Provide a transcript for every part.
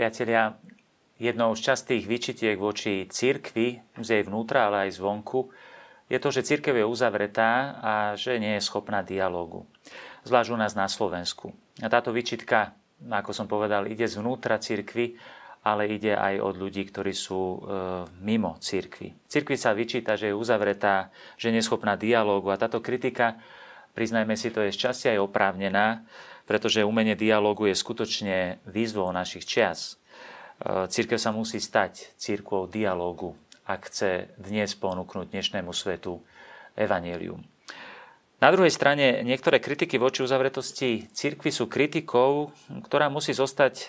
Priatelia, jednou z častých výčitiek voči cirkvi, z jej vnútra, ale aj zvonku, je to, že cirkev je uzavretá a že nie je schopná dialógu. Zvlášť u nás na Slovensku. A táto výčitka, ako som povedal, ide zvnútra cirkvi, ale ide aj od ľudí, ktorí sú mimo cirkvi. Cirkvi sa vyčíta, že je uzavretá, že nie je schopná dialógu a táto kritika, priznajme si, to je šťastie aj oprávnená, pretože umenie dialógu je skutočne výzvou našich čias. Cirkev sa musí stať cirkvou dialógu, ak chce dnes ponúknuť dnešnému svetu evanjelium. Na druhej strane, niektoré kritiky voči uzavretosti cirkvi sú kritikou, ktorá musí zostať,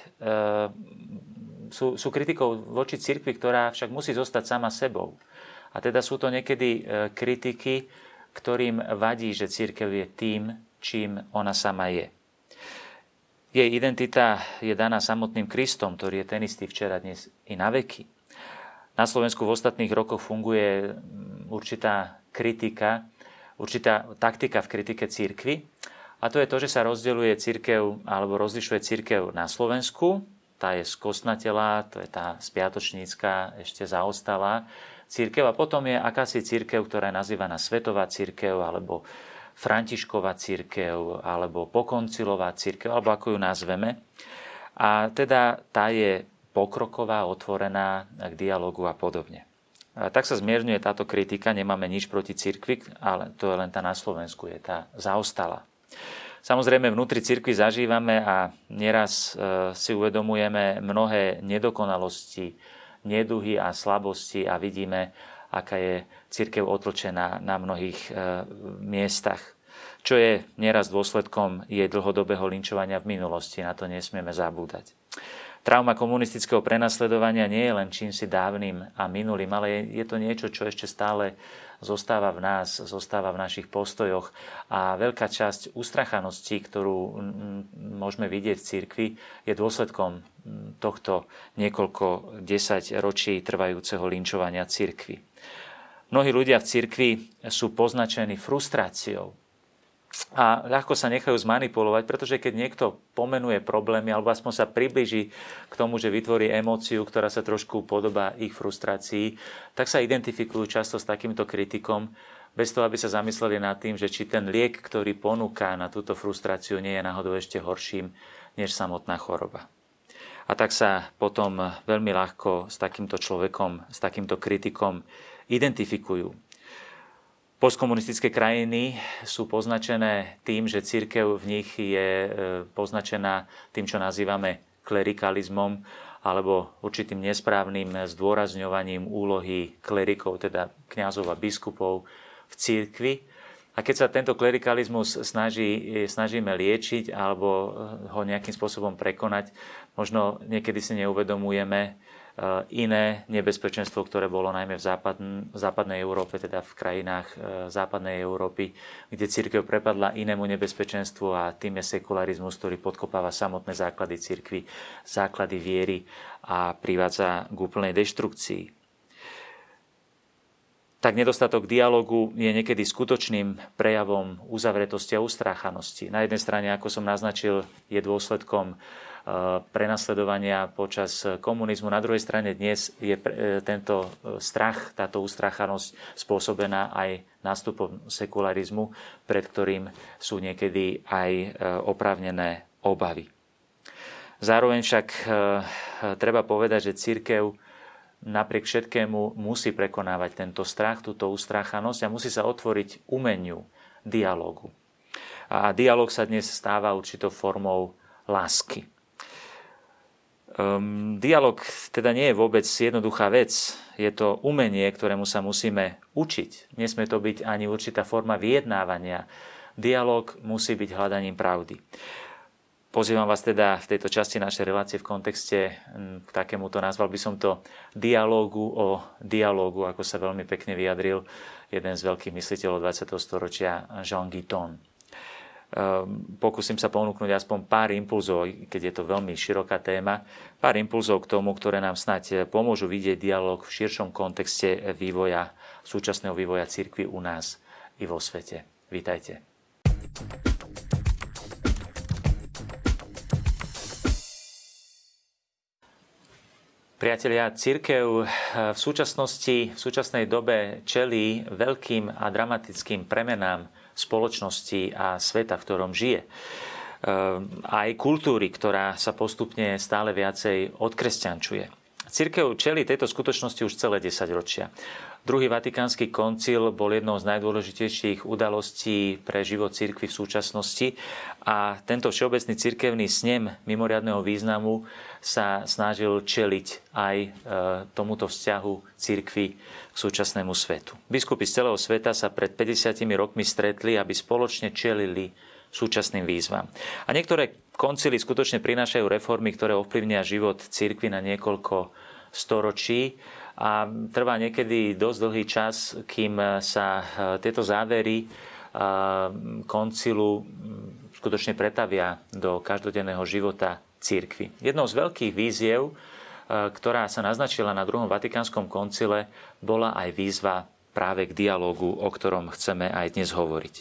sú kritikou voči cirkvi, ktorá však musí zostať sama sebou. A teda sú to niekedy kritiky, ktorým vadí, že cirkev je tým, čím ona sama je. Jej identita je daná samotným Kristom, ktorý je ten istý včera, dnes i na veky. Na Slovensku v ostatných rokoch funguje určitá kritika, určitá taktika v kritike cirkvi. A to je to, že sa rozdeľuje cirkev alebo rozlišuje cirkev na Slovensku. Tá je skostnatelá, to je tá spiatočnícka, ešte zaostalá cirkev. A potom je akási cirkev, ktorá je nazývaná svetová cirkev alebo Františková cirkev alebo pokoncilová cirkev, alebo ako ju nazveme. A teda tá je pokroková, otvorená k dialogu a podobne. A tak sa zmierňuje táto kritika, nemáme nič proti cirkvi, ale to je len tá na Slovensku, je tá zaostala. Samozrejme vnútri cirkvi zažívame a neraz si uvedomujeme mnohé nedokonalosti, neduhy a slabosti a vidíme, aká je cirkev otlčená na mnohých miestach, čo je neraz dôsledkom jej dlhodobého linčovania v minulosti, na to nesmieme zabúdať. Trauma komunistického prenasledovania nie je len čímsi dávnym a minulým, ale je to niečo, čo ešte stále zostáva v nás, zostáva v našich postojoch a veľká časť ustrachanosti, ktorú môžeme vidieť v cirkvi, je dôsledkom tohto niekoľko 10 ročí trvajúceho linčovania cirkvi. Mnohí ľudia v cirkvi sú poznačení frustráciou a ľahko sa nechajú zmanipulovať, pretože keď niekto pomenuje problémy alebo aspoň sa priblíži k tomu, že vytvorí emóciu, ktorá sa trošku podobá ich frustrácii, tak sa identifikujú často s takýmto kritikom, bez toho, aby sa zamysleli nad tým, že či ten liek, ktorý ponúka na túto frustráciu, nie je náhodou ešte horším než samotná choroba. A tak sa potom veľmi ľahko s takýmto človekom, s takýmto kritikom identifikujú. Postkomunistické krajiny sú poznačené tým, že cirkev v nich je poznačená tým, čo nazývame klerikalizmom alebo určitým nesprávnym zdôrazňovaním úlohy klerikov, teda kňazov a biskupov v cirkvi. A keď sa tento klerikalizmus snažíme liečiť alebo ho nejakým spôsobom prekonať, možno niekedy si neuvedomujeme iné nebezpečenstvo, ktoré bolo najmä v západnej Európe, teda v krajinách západnej Európy, kde cirkev prepadla inému nebezpečenstvu a tým je sekularizmus, ktorý podkopáva samotné základy cirkvi, základy viery a privádza k úplnej deštrukcii. Tak nedostatok dialogu je niekedy skutočným prejavom uzavretosti a ustráchanosti. Na jednej strane, ako som naznačil, je dôsledkom prenasledovania počas komunizmu. Na druhej strane dnes je tento strach, táto ustráchanosť spôsobená aj nástupom sekularizmu, pred ktorým sú niekedy aj oprávnené obavy. Zároveň však treba povedať, že cirkev napriek všetkému musí prekonávať tento strach, túto ustráchanosť a musí sa otvoriť umeniu dialógu. A dialóg sa dnes stáva určitou formou lásky. Dialóg teda nie je vôbec jednoduchá vec. Je to umenie, ktorému sa musíme učiť. Nesmie to byť ani určitá forma vyjednávania. Dialóg musí byť hľadaním pravdy. Pozývam vás teda v tejto časti našej relácie v kontexte k takémuto, nazval by som to dialógu o dialógu, ako sa veľmi pekne vyjadril jeden z veľkých mysliteľov 20. storočia Jean Guitton. Pokúsim sa ponúknuť aspoň pár impulzov, keď je to veľmi široká téma, pár impulzov k tomu, ktoré nám snáď pomôžu vidieť dialóg v širšom kontexte súčasného vývoja cirkvi u nás i vo svete. Vítajte. Priatelia, cirkev v súčasnej dobe čelí veľkým a dramatickým premenám spoločnosti a sveta, v ktorom žije. Aj kultúry, ktorá sa postupne stále viacej odkresťančuje. Cirkev čelí tejto skutočnosti už celé 10 ročia. Druhý vatikánsky koncil bol jednou z najdôležitejších udalostí pre život cirkvi v súčasnosti a tento všeobecný cirkevný snem mimoriadneho významu sa snažil čeliť aj tomuto vzťahu cirkvi k súčasnému svetu. Biskupy z celého sveta sa pred 50 rokmi stretli, aby spoločne čelili súčasným výzvam. A niektoré koncily skutočne prinášajú reformy, ktoré ovplyvnia život cirkvi na niekoľko storočí a trvá niekedy dosť dlhý čas, kým sa tieto závery koncilu skutočne pretavia do každodenného života cirkvi. Jednou z veľkých víziev, ktorá sa naznačila na druhom vatikánskom koncile, bola aj výzva práve k dialógu, o ktorom chceme aj dnes hovoriť.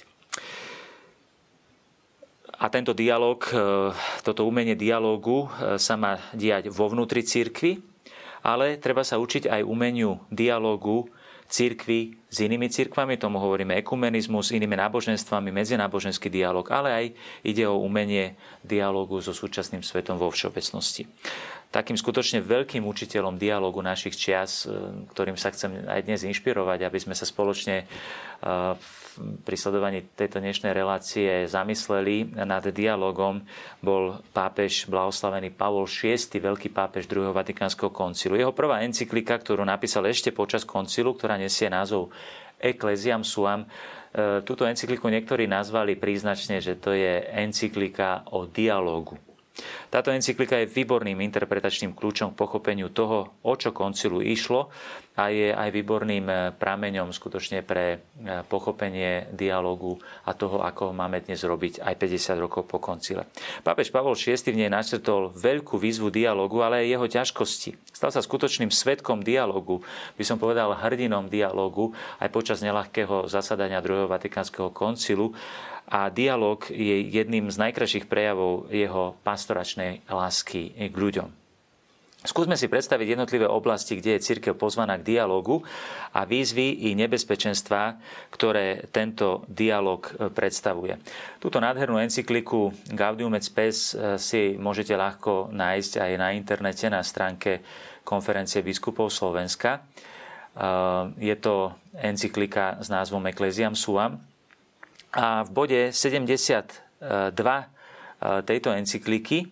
A tento dialóg, toto umenie dialógu sa má diať vo vnútri cirkvi, ale treba sa učiť aj umeniu dialógu cirkvi s inými cirkvami, tomu hovoríme ekumenizmus, s inými náboženstvami, medzináboženský dialóg, ale aj ide o umenie dialógu so súčasným svetom vo všeobecnosti. Takým skutočne veľkým učiteľom dialógu našich čias, ktorým sa chcem aj dnes inšpirovať, aby sme sa spoločne pri sledovaní tejto dnešnej relácie zamysleli nad dialógom, bol pápež blahoslavený Pavol VI, veľký pápež druhého vatikánskeho koncilu. Jeho prvá encyklika, ktorú napísal ešte počas koncilu, ktorá nesie názov Ecclesiam Suam, túto encykliku niektorí nazvali príznačne, že to je encyklika o dialógu. Táto encyklika je výborným interpretačným kľúčom k pochopeniu toho, o čo koncilu išlo a je aj výborným prameňom skutočne pre pochopenie dialógu a toho, ako ho máme dnes robiť aj 50 rokov po koncile. Pápež Pavol VI v nej načrtol veľkú výzvu dialógu, ale aj jeho ťažkosti. Stal sa skutočným svedkom dialógu, by som povedal hrdinom dialógu, aj počas neľahkého zasadania druhého vatikánskeho koncilu. A dialóg je jedným z najkrajších prejavov jeho pastoračnej lásky k ľuďom. Skúsme si predstaviť jednotlivé oblasti, kde je cirkev pozvaná k dialógu a výzvy i nebezpečenstvá, ktoré tento dialóg predstavuje. Túto nádhernú encykliku Gaudium et Spes si môžete ľahko nájsť aj na internete na stránke Konferencie biskupov Slovenska. Je to encyklika s názvom Ecclesiam Suam. A v bode 72 tejto encykliky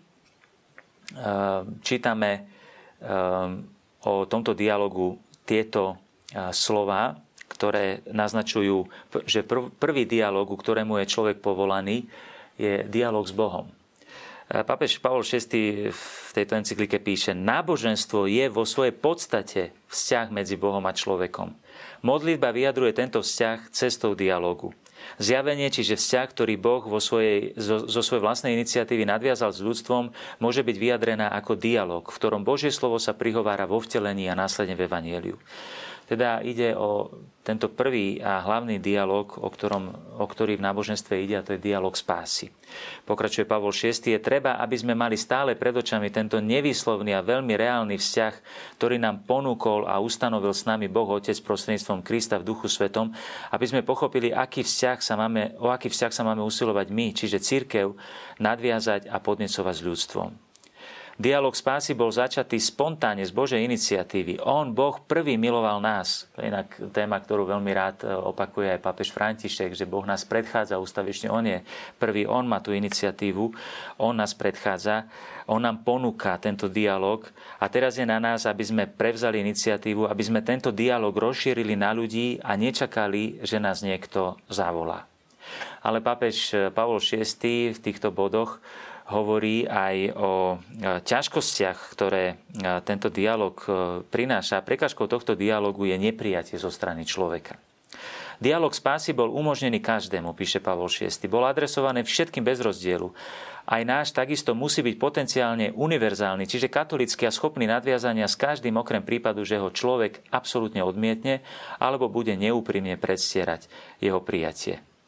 čítame o tomto dialogu tieto slová, ktoré naznačujú, že prvý dialóg, ku ktorému je človek povolaný, je dialóg s Bohom. Pápež Pavol VI v tejto encyklike píše: náboženstvo je vo svojej podstate vzťah medzi Bohom a človekom. Modlitba vyjadruje tento vzťah cestou dialógu. Zjavenie, čiže vzťah, ktorý Boh zo svojej vlastnej iniciatívy nadviazal s ľudstvom, môže byť vyjadrená ako dialóg, v ktorom Božie slovo sa prihovára vo vtelení a následne v evanjeliu. Teda ide o tento prvý a hlavný dialóg, o ktorý v náboženstve ide, a to je dialóg spásy. Pokračuje Pavol VI: je treba, aby sme mali stále pred očami tento nevýslovný a veľmi reálny vzťah, ktorý nám ponúkol a ustanovil s nami Boh Otec prostredníctvom Krista v Duchu Svetom, aby sme pochopili, o aký vzťah sa máme usilovať my, čiže cirkev, nadviazať a podnecovať s ľudstvom. Dialóg spásy bol začatý spontánne z Božej iniciatívy. On, Boh, prvý miloval nás. To je inak téma, ktorú veľmi rád opakuje aj pápež František, že Boh nás predchádza, ústavične on je prvý, on má tú iniciatívu, on nás predchádza, on nám ponúka tento dialóg a teraz je na nás, aby sme prevzali iniciatívu, aby sme tento dialóg rozšírili na ľudí a nečakali, že nás niekto zavolá. Ale pápež Pavol VI v týchto bodoch hovorí aj o ťažkostiach, ktoré tento dialóg prináša. Prekážkou tohto dialógu je neprijatie zo strany človeka. Dialóg spásy bol umožnený každému, píše Pavol VI. Bol adresovaný všetkým bez rozdielu. Aj náš takisto musí byť potenciálne univerzálny, čiže katolícky a schopný nadviazania s každým, okrem prípadu, že ho človek absolútne odmietne alebo bude neúprimne predstierať jeho prijatie.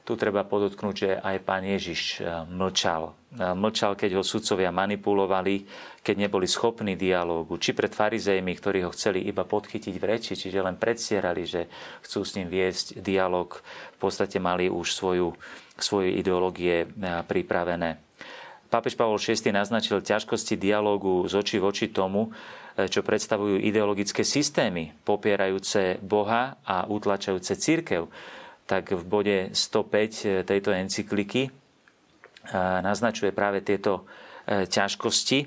Tu treba podotknúť, že aj Pán Ježiš mlčal. Mlčal, keď ho sudcovia manipulovali, keď neboli schopní dialógu. Či pred farizejmi, ktorí ho chceli iba podchytiť v reči, čiže len predstierali, že chcú s ním viesť dialóg. V podstate mali už svoje ideológie pripravené. Pápež Pavol VI naznačil ťažkosti dialógu z očí v oči tomu, čo predstavujú ideologické systémy, popierajúce Boha a utlačajúce cirkev. Tak v bode 105 tejto encykliky naznačuje práve tieto ťažkosti,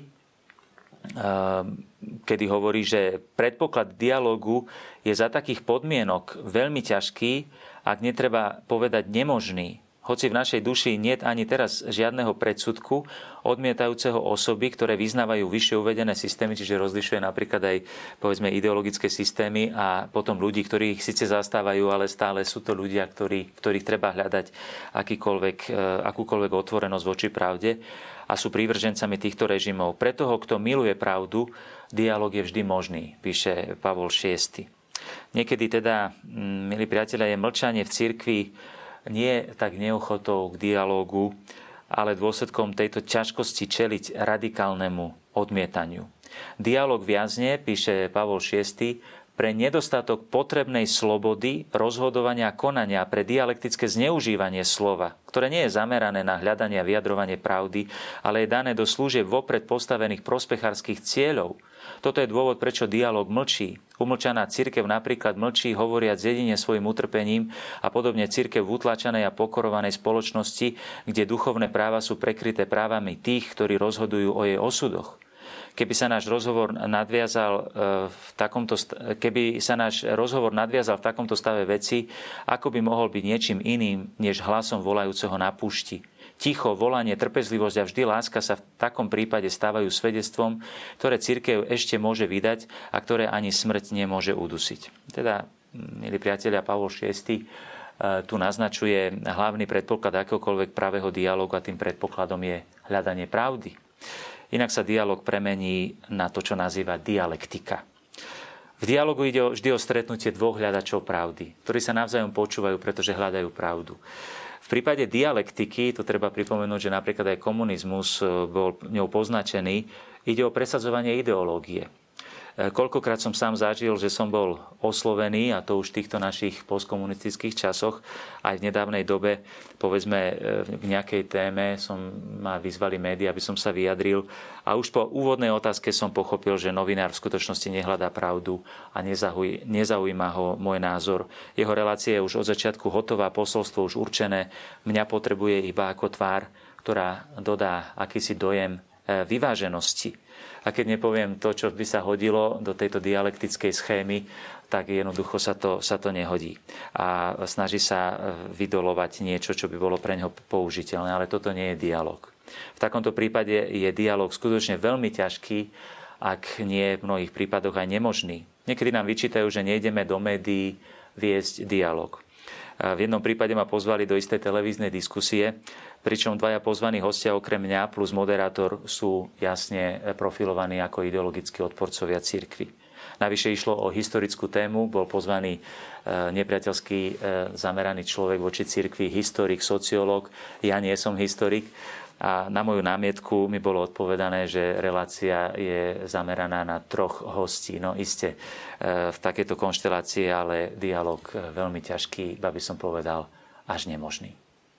kedy hovorí, že predpoklad dialógu je za takých podmienok veľmi ťažký, ak netreba povedať nemožný. Hoci v našej duši niet ani teraz žiadneho predsudku odmietajúceho osoby, ktoré vyznávajú vyššie uvedené systémy, čiže rozlišuje napríklad aj povedzme ideologické systémy a potom ľudí, ktorí ich síce zastávajú, ale stále sú to ľudia, ktorých treba hľadať akúkoľvek otvorenosť voči pravde a sú prívržencami týchto režimov. Pre toho, kto miluje pravdu, dialóg je vždy možný, píše Pavol VI. Niekedy teda, milí priatelia, je mlčanie v cirkvi nie tak neochotou k dialógu, ale dôsledkom tejto ťažkosti čeliť radikálnemu odmietaniu. Dialóg viazne, píše Pavol VI, pre nedostatok potrebnej slobody, rozhodovania a konania, pre dialektické zneužívanie slova, ktoré nie je zamerané na hľadanie a vyjadrovanie pravdy, ale je dané do služieb vopred postavených prospechárskych cieľov. Toto je dôvod, prečo dialóg mlčí. Umlčaná cirkev napríklad mlčí, hovoriac jedine svojim utrpením a podobne cirkev v utlačanej a pokorovanej spoločnosti, kde duchovné práva sú prekryté právami tých, ktorí rozhodujú o jej osudoch. Keby sa náš rozhovor nadviazal v takomto stave veci, ako by mohol byť niečím iným, než hlasom volajúceho na púšti. Ticho, volanie, trpezlivosť a vždy láska sa v takom prípade stávajú svedectvom, ktoré cirkev ešte môže vydať a ktoré ani smrť nemôže udusiť. Teda, milí priatelia, Pavol VI tu naznačuje hlavný predpoklad akéhokoľvek pravého dialógu a tým predpokladom je hľadanie pravdy. Inak sa dialóg premení na to, čo nazýva dialektika. V dialógu ide vždy o stretnutie dvoch hľadačov pravdy, ktorí sa navzájom počúvajú, pretože hľadajú pravdu. V prípade dialektiky, to treba pripomenúť, že napríklad aj komunizmus bol ňou poznačený, ide o presadzovanie ideológie. Koľkokrát som sám zažil, že som bol oslovený, a to už v týchto našich postkomunistických časoch, aj v nedávnej dobe, povedzme k nejakej téme ma vyzvali médiá, aby som sa vyjadril. A už po úvodnej otázke som pochopil, že novinár v skutočnosti nehľadá pravdu a nezaujíma ho môj názor. Jeho relácia je už od začiatku hotová, posolstvo už určené. Mňa potrebuje iba ako tvár, ktorá dodá akýsi dojem vyváženosti. A keď nepoviem to, čo by sa hodilo do tejto dialektickej schémy, tak jednoducho sa to nehodí. A snaží sa vydolovať niečo, čo by bolo pre ňoho použiteľné, ale toto nie je dialog. V takomto prípade je dialog skutočne veľmi ťažký, ak nie v mnohých prípadoch aj nemožný. Niekedy nám vyčítajú, že nejdeme do médií viesť dialog. V jednom prípade ma pozvali do istej televíznej diskusie, pričom dvaja pozvaní hostia okrem mňa plus moderátor sú jasne profilovaní ako ideologickí odporcovia cirkvi. Navyše išlo o historickú tému, bol pozvaný nepriateľský zameraný človek voči cirkvi, historik, sociológ. Ja nie som historik. A na moju námietku mi bolo odpovedané, že relácia je zameraná na troch hostí. No iste v takejto konštelácii, ale dialog veľmi ťažký, iba by som povedal, až nemožný.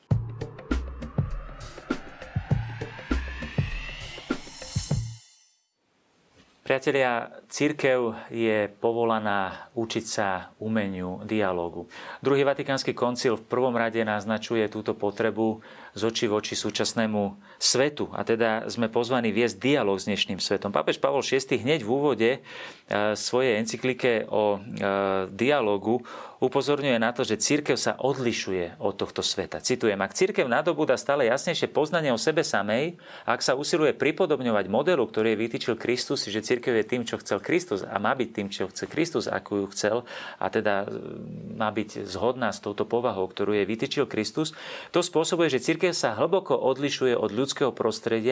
Priatelia, cirkev je povolaná učiť sa umeniu dialógu. Druhý vatikánsky koncil v prvom rade naznačuje túto potrebu z očí v oči súčasnému svetu. A teda sme pozvaní viesť dialóg s dnešným svetom. Pápež Pavol VI hneď v úvode svojej encyklike o dialógu upozorňuje na to, že cirkev sa odlišuje od tohto sveta. Citujem, ak cirkev nadobúda stále jasnejšie poznanie o sebe samej, ak sa usiluje pripodobňovať modelu, ktorý vytýčil Kristus, že cirkev je tým, čo chcel Kristus a má byť tým, čo chce Kristus, ako ju chcel, a teda má byť zhodná s touto povahou, ktorú je vytýčil Kristus, to spôsobuje, že cirkev sa hlboko odlišuje od ľudského prostredia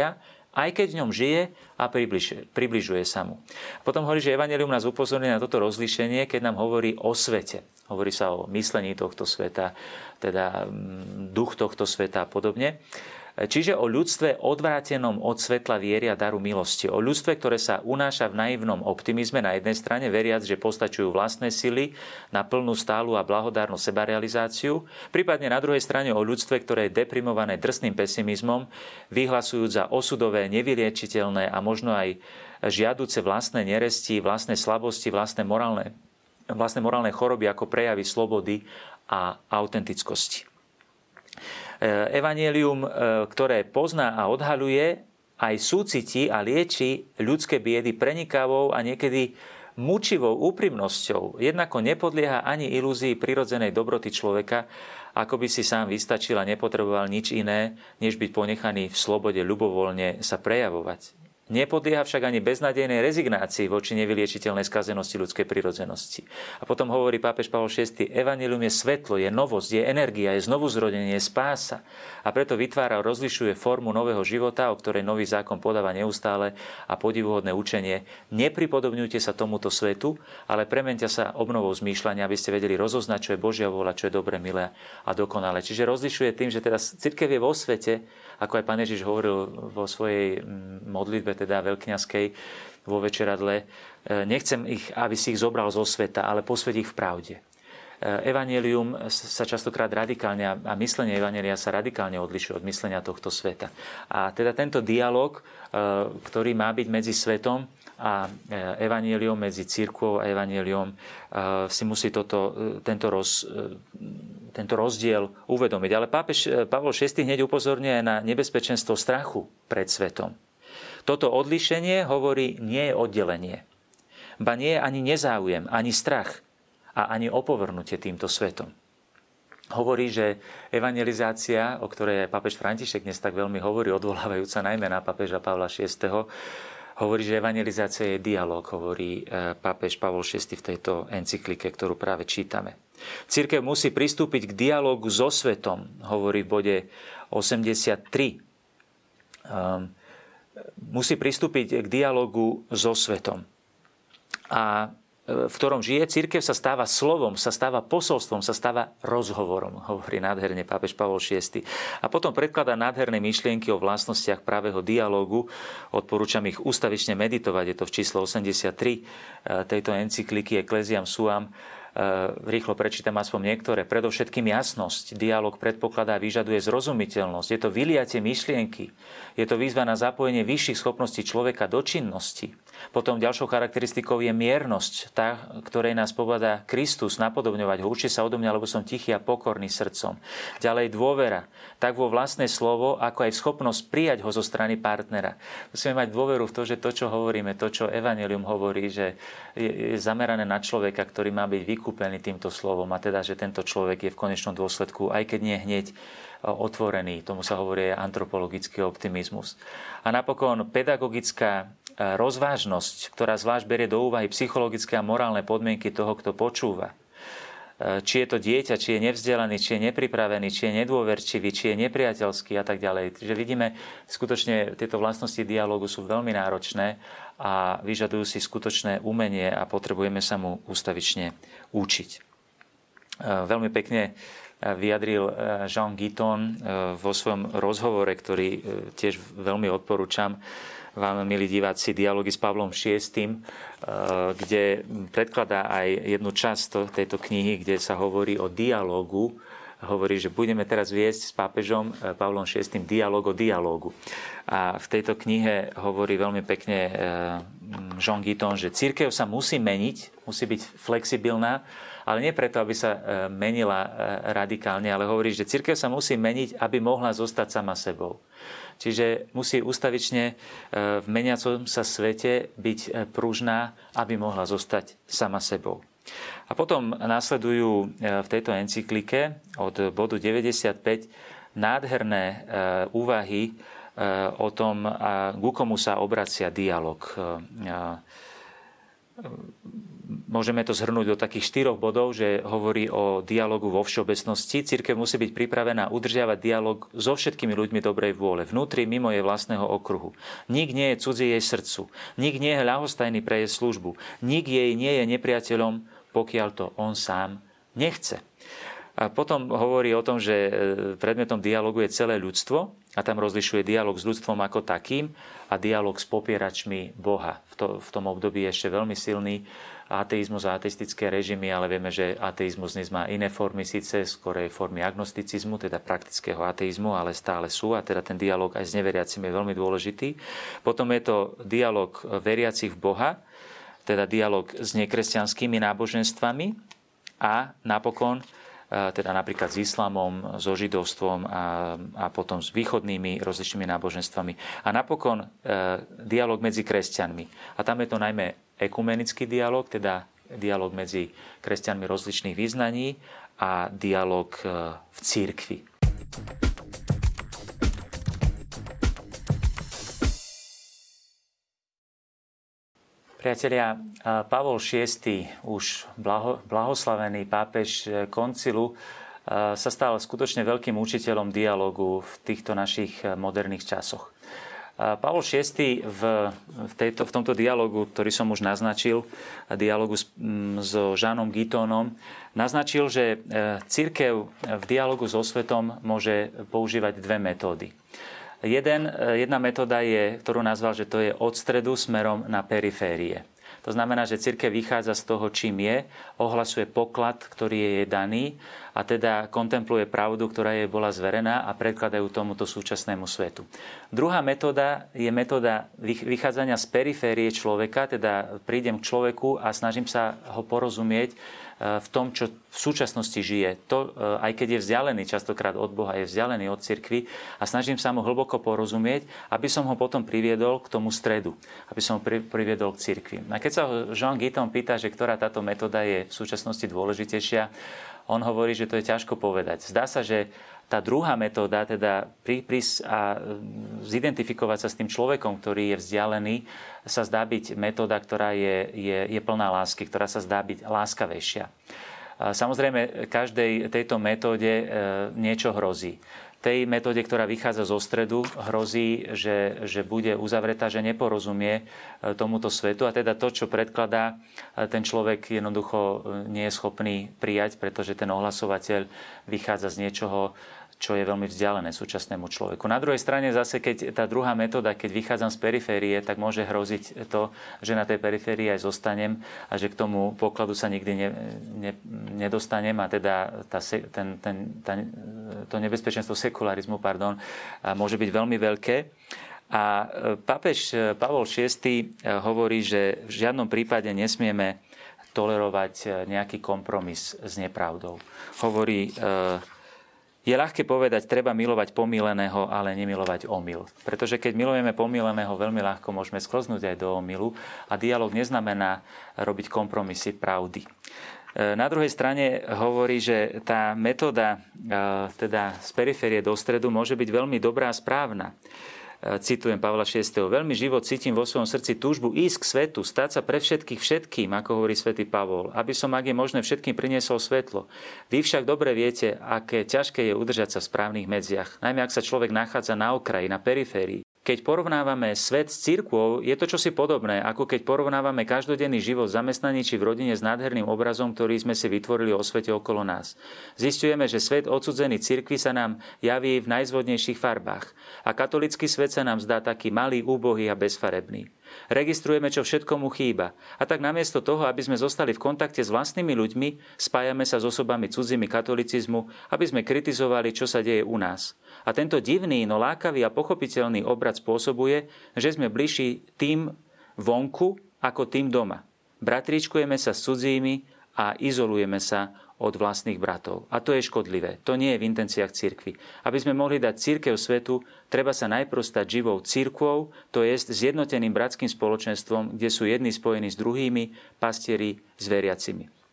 aj keď v ňom žije a približuje sa mu. Potom hovorí, že evanjelium nás upozorňuje na toto rozlíšenie, keď nám hovorí o svete. Hovorí sa o myslení tohto sveta, teda duch tohto sveta a podobne. Čiže o ľudstve odvrátenom od svetla viery a daru milosti. O ľudstve, ktoré sa unáša v naivnom optimizme na jednej strane, veriac, že postačujú vlastné sily na plnú, stálu a blahodárnu sebarealizáciu. Prípadne na druhej strane o ľudstve, ktoré je deprimované drsným pesimizmom, vyhlasujúc za osudové, nevyliečiteľné a možno aj žiaduce vlastné neresti, vlastné slabosti, vlastné morálne choroby ako prejavy slobody a autentickosti. Evanjelium, ktoré pozná a odhaľuje, aj súciti a lieči ľudské biedy prenikavou a niekedy mučivou úprimnosťou. Jednako nepodlieha ani ilúzii prirodzenej dobroty človeka, ako by si sám vystačil a nepotreboval nič iné, než byť ponechaný v slobode ľubovoľne sa prejavovať. Nepodlieha však ani beznadejnej rezignácii voči nevyliečiteľnej skazenosti ľudskej prirodzenosti. A potom hovorí pápež Pavol VI, evanjelium je svetlo, je novosť, je energia, je znovuzrodenie, je spása. A preto vytvára a rozlišuje formu nového života, o ktorej nový zákon podáva neustále a podivuhodné učenie. Nepripodobňujte sa tomuto svetu, ale premente sa obnovou zmýšľania, aby ste vedeli rozoznať, čo je Božia vôľa, čo je dobre, milé a dokonalé. Čiže rozlišuje tým, že teda cirkev je vo svete, ako aj Pán Ježiš hovoril vo svojej modlitbe, teda veľkňazskej vo večeradle. Nechcem ich, aby si ich zobral zo sveta, ale posväť ich v pravde. Evanjelium sa častokrát radikálne a myslenie evanjelia sa radikálne odlišuje od myslenia tohto sveta. A teda tento dialog, ktorý má byť medzi svetom a evanjeliom, medzi cirkvou a evanjeliom, si musí tento rozdiel uvedomiť. Ale pápež Pavol VI hneď upozorňuje na nebezpečenstvo strachu pred svetom. Toto odlíšenie, hovorí, nie je oddelenie. Ba nie je ani nezáujem, ani strach a ani opovrhnutie týmto svetom. Hovorí, že evangelizácia, o ktorej aj pápež František dnes tak veľmi hovorí, odvolávajúca najmä na pápeža Pavla VI, hovorí, že evangelizácia je dialog, hovorí pápež Pavol VI v tejto encyklike, ktorú práve čítame. Cirkev musí pristúpiť k dialógu so svetom, hovorí v bode 83. Musí pristúpiť k dialógu so svetom. A v ktorom žije, cirkev sa stáva slovom, sa stáva posolstvom, sa stáva rozhovorom, hovorí nádherne pápež Pavol VI. A potom predkladá nádherné myšlienky o vlastnostiach pravého dialógu. Odporúčam ich ustavične meditovať, je to v čísle 83 tejto encykliky Ecclesiam Suam. Rýchlo prečítam aspoň niektoré. Predovšetkým jasnosť. Dialóg predpokladá a vyžaduje zrozumiteľnosť. Je to vyliatie myšlienky. Je to výzva na zapojenie vyšších schopností človeka do činnosti. Potom ďalšou charakteristikou je miernosť, tá, ktorej nás pobadá Kristus, napodobňovať ho. Učí sa odo mňa, lebo som tichý a pokorný srdcom. Ďalej dôvera, tak vo vlastné slovo, ako aj v schopnosť prijať ho zo strany partnera. Musíme mať dôveru v to, že to, čo hovoríme, to, čo evanjelium hovorí, že je zamerané na človeka, ktorý má byť vykúpený týmto slovom, a teda, že tento človek je v konečnom dôsledku, aj keď nie hneď otvorený, tomu sa hovorí antropologický optimizmus. A napokon pedagogická rozvážnosť, ktorá zvlášť berie do úvahy psychologické a morálne podmienky toho, kto počúva. Či je to dieťa, či je nevzdelaný, či je nepripravený, či je nedôverčivý, či je nepriateľský a tak ďalej. Čiže vidíme, skutočne tieto vlastnosti dialógu sú veľmi náročné a vyžadujú si skutočné umenie a potrebujeme sa mu ústavične učiť. Veľmi pekne vyjadril Jean Guiton vo svojom rozhovore, ktorý tiež veľmi odporúčam vám, milí diváci, dialógy s Pavlom VI, kde predkladá aj jednu časť tejto knihy, kde sa hovorí o dialógu. Hovorí, že budeme teraz viesť s pápežom Pavlom VI dialóg o dialógu. A v tejto knihe hovorí veľmi pekne Jean Guiton, že cirkev sa musí meniť, musí byť flexibilná, ale nie preto, aby sa menila radikálne, ale hovorí, že cirkev sa musí meniť, aby mohla zostať sama sebou. Čiže musí ústavične v meniacom sa svete byť pružná, aby mohla zostať sama sebou. A potom nasledujú v tejto encyklike od bodu 95 nádherné úvahy o tom, ku komu sa obracia dialog. Môžeme to zhrnúť do takých 4 bodov, že hovorí o dialogu vo všeobecnosti. Cirkev musí byť pripravená udržiavať dialog so všetkými ľuďmi dobrej vôle, vnútri, mimo jej vlastného okruhu. Nik nie je cudzí jej srdcu. Nik nie je ľahostajný pre jej službu. Nik jej nie je nepriateľom, pokiaľ to on sám nechce. A potom hovorí o tom, že predmetom dialogu je celé ľudstvo a tam rozlišuje dialog s ľudstvom ako takým a dialog s popieračmi Boha. V tom období je ešte veľmi silný ateizmus a ateistické režimy, ale vieme, že ateizmus dnes má iné formy, síce skorej formy agnosticizmu, teda praktického ateizmu, ale stále sú a teda ten dialog aj s neveriacimi je veľmi dôležitý. Potom je to dialog veriacich v Boha, teda dialog s nekresťanskými náboženstvami a napokon teda napríklad s islamom, so židovstvom a potom s východnými rozličnými náboženstvami. A napokon dialog medzi kresťanmi. A tam je to najmä ekumenický dialog, teda dialog medzi kresťanmi rozličných vyznaní a dialog v cirkvi. Priatelia, Pavol VI, už blahoslavený pápež koncilu, sa stal skutočne veľkým učiteľom dialogu v týchto našich moderných časoch. Pavol VI v tomto dialogu, ktorý som už naznačil, dialogu so Jeanom Guittonom, naznačil, že cirkev v dialogu so svetom môže používať 2 metódy. Jedna metóda je, ktorú nazval, že to je od stredu smerom na periférie. To znamená, že cirkev vychádza z toho, čím je, ohlasuje poklad, ktorý je jej daný a teda kontempluje pravdu, ktorá jej bola zverená a predkladajú tomuto súčasnému svetu. Druhá metóda je metóda vychádzania z periférie človeka, teda prídem k človeku a snažím sa ho porozumieť v tom, čo v súčasnosti žije. To, aj keď je vzdialený častokrát od Boha, je vzdialený od cirkvi a snažím sa mu hlboko porozumieť, aby som ho potom priviedol k tomu stredu, aby som ho priviedol k cirkvi. A keď sa ho Jean Guitton pýta, že ktorá táto metóda je v súčasnosti dôležitejšia, on hovorí, že to je ťažko povedať. Zdá sa, že tá druhá metóda, teda prísť a zidentifikovať sa s tým človekom, ktorý je vzdialený, sa zdá byť metóda, ktorá je plná lásky, ktorá sa zdá byť láskavejšia. Samozrejme, každej tejto metóde niečo hrozí. Tej metóde, ktorá vychádza zo stredu, hrozí, že bude uzavretá, že neporozumie tomuto svetu a teda to, čo predkladá, ten človek jednoducho nie je schopný prijať, pretože ten ohlasovateľ vychádza z niečoho, čo je veľmi vzdialené súčasnému človeku. Na druhej strane zase, keď tá druhá metóda, keď vychádzam z periférie, tak môže hroziť to, že na tej periférii aj zostanem a že k tomu pokladu sa nikdy nedostanem a teda to nebezpečenstvo sekularizmu môže byť veľmi veľké. A pápež Pavol VI hovorí, že v žiadnom prípade nesmieme tolerovať nejaký kompromis s nepravdou. Hovorí, je ľahké povedať, treba milovať pomýleného, ale nemilovať omyl. Pretože keď milujeme pomýleného, veľmi ľahko môžeme sklznúť aj do omylu a dialog neznamená robiť kompromisy pravdy. Na druhej strane hovorí, že tá metóda teda z periférie do stredu môže byť veľmi dobrá a správna. Citujem Pavla VI. Veľmi živo cítim vo svojom srdci túžbu ísť k svetu, stať sa pre všetkých všetkým, ako hovorí svätý Pavol, aby som, ak je možné, všetkým priniesol svetlo. Vy však dobre viete, aké ťažké je udržať sa v správnych medziach, najmä ak sa človek nachádza na okraji, na periférii. Keď porovnávame svet s cirkvou, je to čosi podobné, ako keď porovnávame každodenný život v zamestnaní či v rodine s nádherným obrazom, ktorý sme si vytvorili o svete okolo nás. Zisťujeme, že svet odsudzený cirkvi sa nám javí v najzvodnejších farbách a katolícky svet sa nám zdá taký malý, úbohý a bezfarebný. Registrujeme, čo všetko mu chýba. A tak namiesto toho, aby sme zostali v kontakte s vlastnými ľuďmi, spájame sa s osobami cudzími katolicizmu, aby sme kritizovali, čo sa deje u nás. A tento divný, no lákavý a pochopiteľný obrad spôsobuje, že sme bližší tým vonku ako tým doma. Bratríčkujeme sa s cudzími a izolujeme sa od vlastných bratov. A to je škodlivé. To nie je v intenciách cirkvi. Aby sme mohli dať cirkev svetu, treba sa najprv stať živou cirkvou, to je zjednoteným bratským spoločenstvom, kde sú jedni spojení s druhými, pastieri s veriacimi.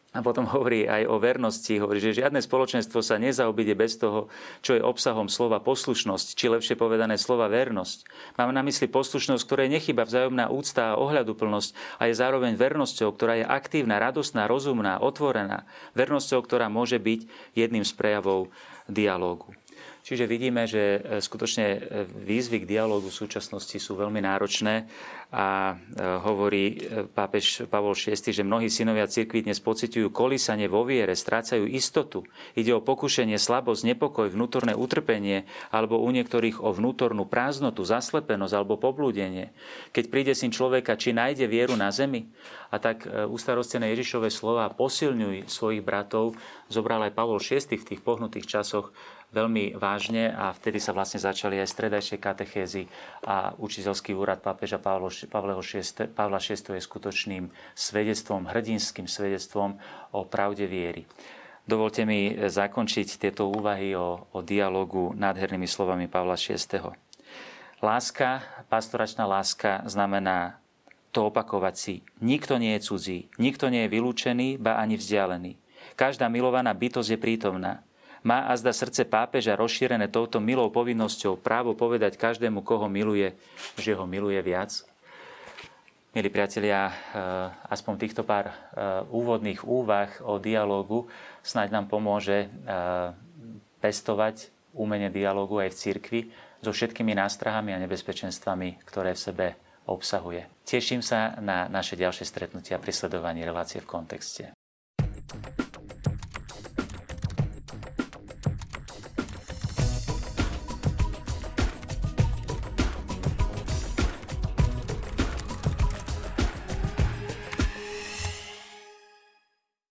A potom hovorí aj o vernosti, hovorí, že žiadne spoločenstvo sa nezaobíde bez toho, čo je obsahom slova poslušnosť, či lepšie povedané slova vernosť. Mám na mysli poslušnosť, ktorej nechýba vzájomná úcta a ohľaduplnosť a je zároveň vernosťou, ktorá je aktívna, radostná, rozumná, otvorená. Vernosťou, ktorá môže byť jedným z prejavov dialógu. Čiže vidíme, že skutočne výzvy k dialógu v súčasnosti sú veľmi náročné a hovorí pápež Pavol VI, že mnohí synovia cirkvi dnes pociťujú kolísanie vo viere, strácajú istotu. Ide o pokušenie, slabosť, nepokoj, vnútorné utrpenie alebo u niektorých o vnútornú prázdnotu, zaslepenosť alebo poblúdenie. Keď príde syn človeka, či nájde vieru na zemi? A tak ustarostené Ježišove slova posilňuj svojich bratov zobral aj Pavol VI v tých pohnutých časoch veľmi vážne a vtedy sa vlastne začali aj stredajšie katechézy a učiteľský úrad pápeža Pavla VI je skutočným svedectvom, hrdinským svedectvom o pravde viery. Dovolte mi zakončiť tieto úvahy o dialogu nádhernými slovami Pavla VI. Láska, pastoračná láska znamená to opakovať si. Nikto nie je cudzí, nikto nie je vylúčený, ba ani vzdialený. Každá milovaná bytosť je prítomná. Má azda srdce pápeža rozšírené touto milou povinnosťou právo povedať každému, koho miluje, že ho miluje viac? Milí priatelia, aspoň týchto pár úvodných úvah o dialógu snáď nám pomôže pestovať umenie dialógu aj v cirkvi so všetkými nástrahami a nebezpečenstvami, ktoré v sebe obsahuje. Teším sa na naše ďalšie stretnutia pri sledovaní relácie v kontexte.